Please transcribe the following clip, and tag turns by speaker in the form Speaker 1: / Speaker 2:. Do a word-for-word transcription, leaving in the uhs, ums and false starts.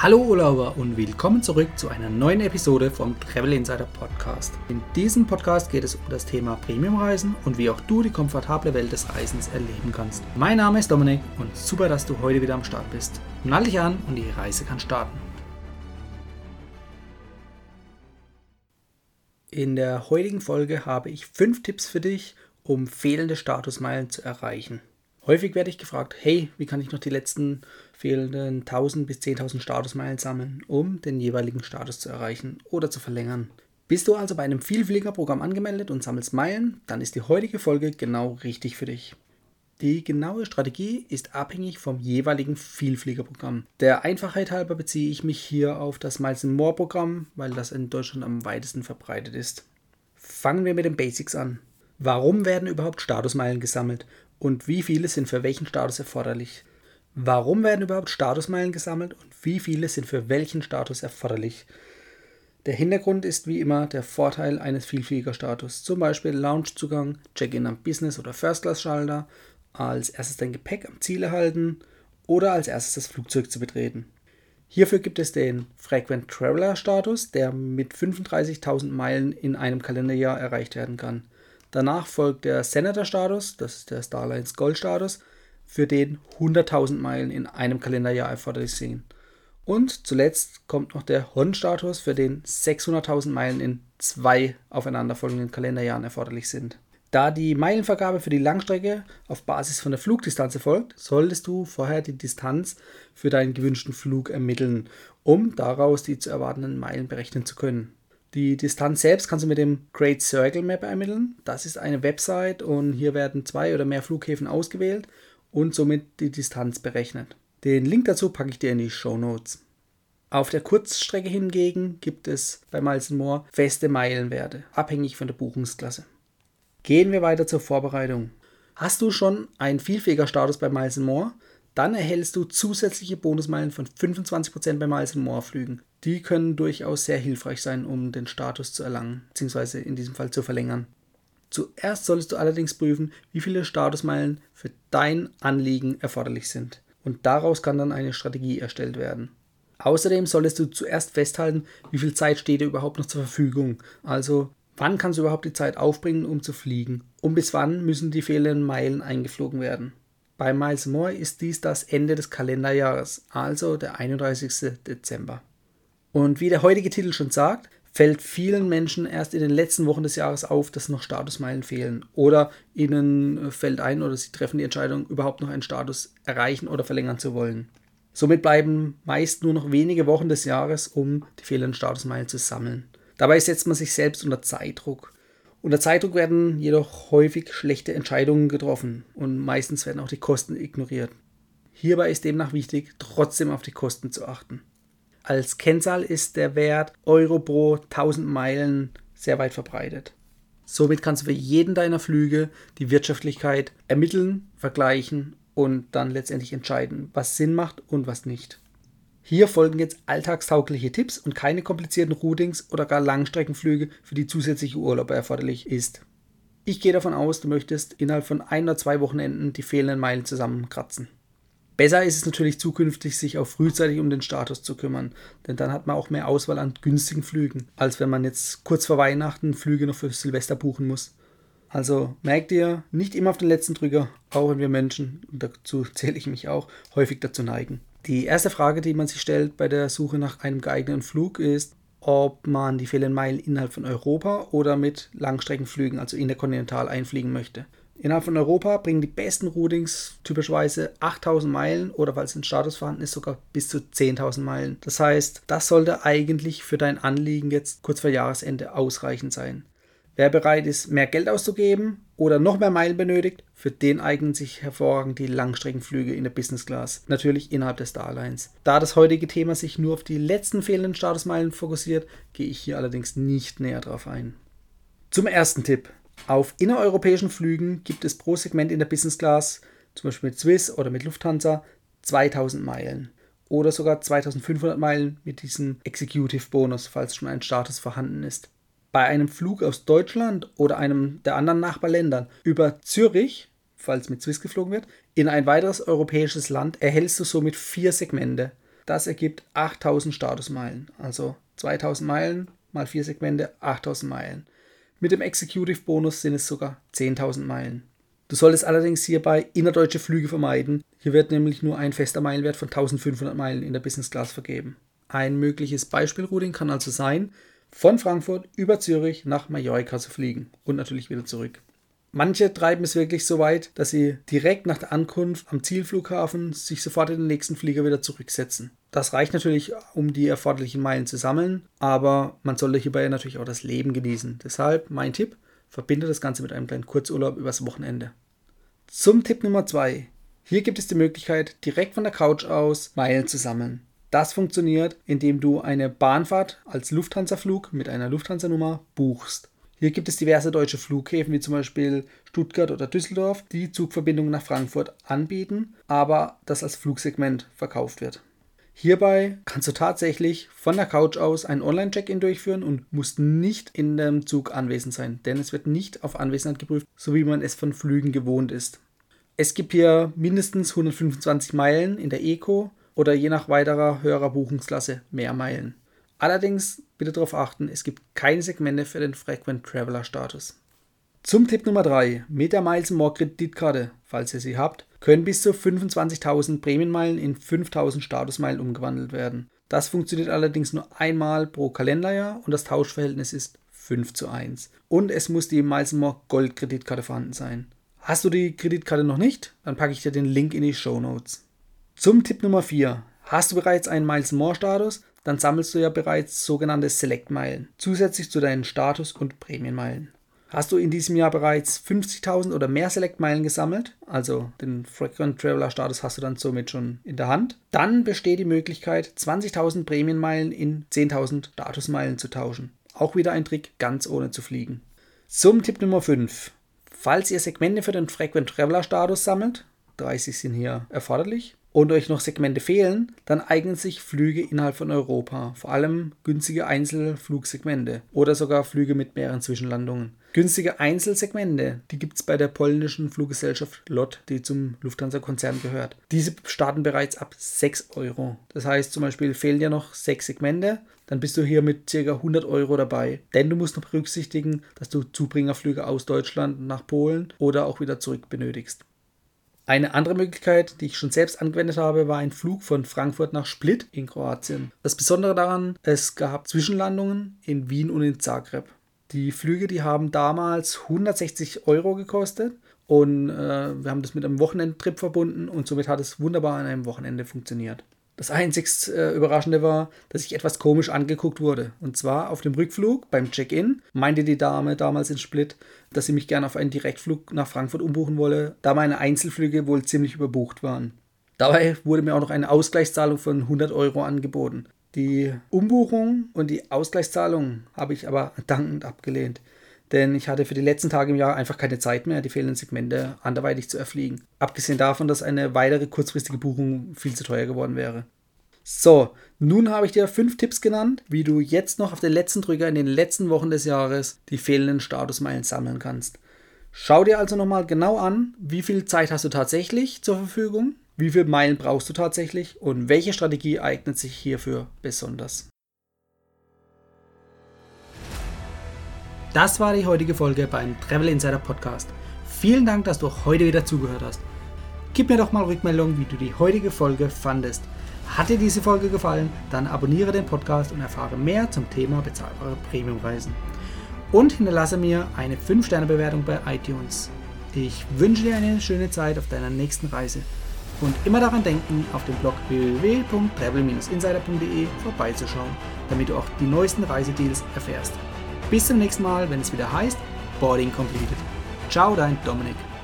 Speaker 1: Hallo Urlauber und willkommen zurück zu einer neuen Episode vom Travel Insider Podcast. In diesem Podcast geht es um das Thema Premiumreisen und wie auch du die komfortable Welt des Reisens erleben kannst. Mein Name ist Dominik und super, dass du heute wieder am Start bist. Nall dich an und die Reise kann starten. In der heutigen Folge habe ich fünf Tipps für dich, um fehlende Statusmeilen zu erreichen. Häufig werde ich gefragt, hey, wie kann ich noch die letzten fehlenden tausend bis zehntausend Statusmeilen sammeln, um den jeweiligen Status zu erreichen oder zu verlängern. Bist du also bei einem Vielfliegerprogramm angemeldet und sammelst Meilen, dann ist die heutige Folge genau richtig für dich. Die genaue Strategie ist abhängig vom jeweiligen Vielfliegerprogramm. Der Einfachheit halber beziehe ich mich hier auf das Miles and More Programm, weil das in Deutschland am weitesten verbreitet ist. Fangen wir mit den Basics an. Warum werden überhaupt Statusmeilen gesammelt? Und wie viele sind für welchen Status erforderlich? Warum werden überhaupt Statusmeilen gesammelt und wie viele sind für welchen Status erforderlich? Der Hintergrund ist wie immer der Vorteil eines Vielfliegerstatus, zum Beispiel Loungezugang, Check-in am Business- oder First-Class-Schalter, als erstes dein Gepäck am Ziel erhalten oder als erstes das Flugzeug zu betreten. Hierfür gibt es den Frequent Traveler Status, der mit fünfunddreißigtausend Meilen in einem Kalenderjahr erreicht werden kann. Danach folgt der Senator-Status, das ist der Starlines Gold-Status, für den hunderttausend Meilen in einem Kalenderjahr erforderlich sind. Und zuletzt kommt noch der Hon-Status, für den sechshunderttausend Meilen in zwei aufeinanderfolgenden Kalenderjahren erforderlich sind. Da die Meilenvergabe für die Langstrecke auf Basis von der Flugdistanz erfolgt, solltest du vorher die Distanz für deinen gewünschten Flug ermitteln, um daraus die zu erwartenden Meilen berechnen zu können. Die Distanz selbst kannst du mit dem Great Circle Map ermitteln. Das ist eine Website und hier werden zwei oder mehr Flughäfen ausgewählt und somit die Distanz berechnet. Den Link dazu packe ich dir in die Shownotes. Auf der Kurzstrecke hingegen gibt es bei Miles and More feste Meilenwerte, abhängig von der Buchungsklasse. Gehen wir weiter zur Vorbereitung. Hast du schon einen Vielfliegerstatus bei Miles and More? Dann erhältst du zusätzliche Bonusmeilen von fünfundzwanzig Prozent bei Miles and More Flügen. Die können durchaus sehr hilfreich sein, um den Status zu erlangen, beziehungsweise in diesem Fall zu verlängern. Zuerst solltest du allerdings prüfen, wie viele Statusmeilen für dein Anliegen erforderlich sind. Und daraus kann dann eine Strategie erstellt werden. Außerdem solltest du zuerst festhalten, wie viel Zeit steht dir überhaupt noch zur Verfügung. Also, wann kannst du überhaupt die Zeit aufbringen, um zu fliegen? Und bis wann müssen die fehlenden Meilen eingeflogen werden? Bei Miles and More ist dies das Ende des Kalenderjahres, also der einunddreißigsten Dezember. Und wie der heutige Titel schon sagt, fällt vielen Menschen erst in den letzten Wochen des Jahres auf, dass noch Statusmeilen fehlen. Oder ihnen fällt ein oder sie treffen die Entscheidung, überhaupt noch einen Status erreichen oder verlängern zu wollen. Somit bleiben meist nur noch wenige Wochen des Jahres, um die fehlenden Statusmeilen zu sammeln. Dabei setzt man sich selbst unter Zeitdruck. Unter Zeitdruck werden jedoch häufig schlechte Entscheidungen getroffen und meistens werden auch die Kosten ignoriert. Hierbei ist demnach wichtig, trotzdem auf die Kosten zu achten. Als Kennzahl ist der Wert Euro pro tausend Meilen sehr weit verbreitet. Somit kannst du für jeden deiner Flüge die Wirtschaftlichkeit ermitteln, vergleichen und dann letztendlich entscheiden, was Sinn macht und was nicht. Hier folgen jetzt alltagstaugliche Tipps und keine komplizierten Routings oder gar Langstreckenflüge, für die zusätzliche Urlaube erforderlich ist. Ich gehe davon aus, du möchtest innerhalb von ein oder zwei Wochenenden die fehlenden Meilen zusammenkratzen. Besser ist es natürlich zukünftig, sich auch frühzeitig um den Status zu kümmern, denn dann hat man auch mehr Auswahl an günstigen Flügen, als wenn man jetzt kurz vor Weihnachten Flüge noch für Silvester buchen muss. Also merkt ihr, nicht immer auf den letzten Drücker, auch wenn wir Menschen, und dazu zähle ich mich auch, häufig dazu neigen. Die erste Frage, die man sich stellt bei der Suche nach einem geeigneten Flug ist, ob man die fehlenden Meilen innerhalb von Europa oder mit Langstreckenflügen, also interkontinental, einfliegen möchte. Innerhalb von Europa bringen die besten Routings typischerweise achttausend Meilen oder falls ein Status vorhanden ist, sogar bis zu zehntausend Meilen. Das heißt, das sollte eigentlich für dein Anliegen jetzt kurz vor Jahresende ausreichend sein. Wer bereit ist, mehr Geld auszugeben oder noch mehr Meilen benötigt, für den eignen sich hervorragend die Langstreckenflüge in der Business Class, natürlich innerhalb der Starlines. Da das heutige Thema sich nur auf die letzten fehlenden Statusmeilen fokussiert, gehe ich hier allerdings nicht näher drauf ein. Zum ersten Tipp. Auf innereuropäischen Flügen gibt es pro Segment in der Business Class, zum Beispiel mit Swiss oder mit Lufthansa, zweitausend Meilen oder sogar zweitausendfünfhundert Meilen mit diesem Executive Bonus, falls schon ein Status vorhanden ist. Bei einem Flug aus Deutschland oder einem der anderen Nachbarländern über Zürich, falls mit Swiss geflogen wird, in ein weiteres europäisches Land erhältst du somit vier Segmente. Das ergibt achttausend Statusmeilen. Also zweitausend Meilen mal vier Segmente, achttausend Meilen. Mit dem Executive-Bonus sind es sogar zehntausend Meilen. Du solltest allerdings hierbei innerdeutsche Flüge vermeiden. Hier wird nämlich nur ein fester Meilenwert von eintausendfünfhundert Meilen in der Business Class vergeben. Ein mögliches Beispielrouting kann also sein, von Frankfurt über Zürich nach Mallorca zu fliegen und natürlich wieder zurück. Manche treiben es wirklich so weit, dass sie direkt nach der Ankunft am Zielflughafen sich sofort in den nächsten Flieger wieder zurücksetzen. Das reicht natürlich, um die erforderlichen Meilen zu sammeln, aber man sollte hierbei natürlich auch das Leben genießen. Deshalb mein Tipp, verbinde das Ganze mit einem kleinen Kurzurlaub übers Wochenende. Zum Tipp Nummer zwei. Hier gibt es die Möglichkeit, direkt von der Couch aus Meilen zu sammeln. Das funktioniert, indem du eine Bahnfahrt als Lufthansa-Flug mit einer Lufthansa-Nummer buchst. Hier gibt es diverse deutsche Flughäfen, wie zum Beispiel Stuttgart oder Düsseldorf, die Zugverbindungen nach Frankfurt anbieten, aber das als Flugsegment verkauft wird. Hierbei kannst du tatsächlich von der Couch aus einen Online-Check-In durchführen und musst nicht in dem Zug anwesend sein, denn es wird nicht auf Anwesenheit geprüft, so wie man es von Flügen gewohnt ist. Es gibt hier mindestens hundertfünfundzwanzig Meilen in der Eco oder je nach weiterer höherer Buchungsklasse mehr Meilen. Allerdings bitte darauf achten, es gibt keine Segmente für den Frequent Traveler Status. Zum Tipp Nummer drei. Mit der Miles and More Kreditkarte, falls ihr sie habt, können bis zu fünfundzwanzigtausend Prämienmeilen in fünftausend Statusmeilen umgewandelt werden. Das funktioniert allerdings nur einmal pro Kalenderjahr und das Tauschverhältnis ist fünf zu eins. Und es muss die Miles and More Gold Kreditkarte vorhanden sein. Hast du die Kreditkarte noch nicht? Dann packe ich dir den Link in die Shownotes. Zum Tipp Nummer vier. Hast du bereits einen Miles and More Status? Dann sammelst du ja bereits sogenannte Select-Meilen, zusätzlich zu deinen Status- und Prämienmeilen. Hast du in diesem Jahr bereits fünfzigtausend oder mehr Select-Meilen gesammelt, also den Frequent Traveler Status hast du dann somit schon in der Hand, dann besteht die Möglichkeit, zwanzigtausend Prämienmeilen in zehntausend Statusmeilen zu tauschen. Auch wieder ein Trick, ganz ohne zu fliegen. Zum Tipp Nummer fünf. Falls ihr Segmente für den Frequent Traveler Status sammelt, dreißig sind hier erforderlich, und euch noch Segmente fehlen, dann eignen sich Flüge innerhalb von Europa, vor allem günstige Einzelflugsegmente oder sogar Flüge mit mehreren Zwischenlandungen. Günstige Einzelsegmente, die gibt es bei der polnischen Fluggesellschaft L O T, die zum Lufthansa-Konzern gehört. Diese starten bereits ab sechs Euro. Das heißt zum Beispiel, fehlen dir noch sechs Segmente, dann bist du hier mit ca. hundert Euro dabei. Denn du musst noch berücksichtigen, dass du Zubringerflüge aus Deutschland nach Polen oder auch wieder zurück benötigst. Eine andere Möglichkeit, die ich schon selbst angewendet habe, war ein Flug von Frankfurt nach Split in Kroatien. Das Besondere daran, es gab Zwischenlandungen in Wien und in Zagreb. Die Flüge, die haben damals hundertsechzig Euro gekostet und äh, wir haben das mit einem Wochenendtrip verbunden und somit hat es wunderbar an einem Wochenende funktioniert. Das einzigst äh, Überraschende war, dass ich etwas komisch angeguckt wurde. Und zwar auf dem Rückflug beim Check-in meinte die Dame damals in Split, dass sie mich gerne auf einen Direktflug nach Frankfurt umbuchen wolle, da meine Einzelflüge wohl ziemlich überbucht waren. Dabei wurde mir auch noch eine Ausgleichszahlung von hundert Euro angeboten. Die Umbuchung und die Ausgleichszahlung habe ich aber dankend abgelehnt. Denn ich hatte für die letzten Tage im Jahr einfach keine Zeit mehr, die fehlenden Segmente anderweitig zu erfliegen. Abgesehen davon, dass eine weitere kurzfristige Buchung viel zu teuer geworden wäre. So, nun habe ich dir fünf Tipps genannt, wie du jetzt noch auf den letzten Drücker in den letzten Wochen des Jahres die fehlenden Statusmeilen sammeln kannst. Schau dir also nochmal genau an, wie viel Zeit hast du tatsächlich zur Verfügung, wie viele Meilen brauchst du tatsächlich und welche Strategie eignet sich hierfür besonders. Das war die heutige Folge beim Travel Insider Podcast. Vielen Dank, dass du heute wieder zugehört hast. Gib mir doch mal Rückmeldung, wie du die heutige Folge fandest. Hat dir diese Folge gefallen, dann abonniere den Podcast und erfahre mehr zum Thema bezahlbare Premiumreisen. Und hinterlasse mir eine fünf Sterne Bewertung bei iTunes. Ich wünsche dir eine schöne Zeit auf deiner nächsten Reise. Und immer daran denken, auf dem Blog w w w punkt travel Bindestrich insider punkt d e vorbeizuschauen, damit du auch die neuesten Reisedeals erfährst. Bis zum nächsten Mal, wenn es wieder heißt Boarding Completed. Ciao, dein Dominik.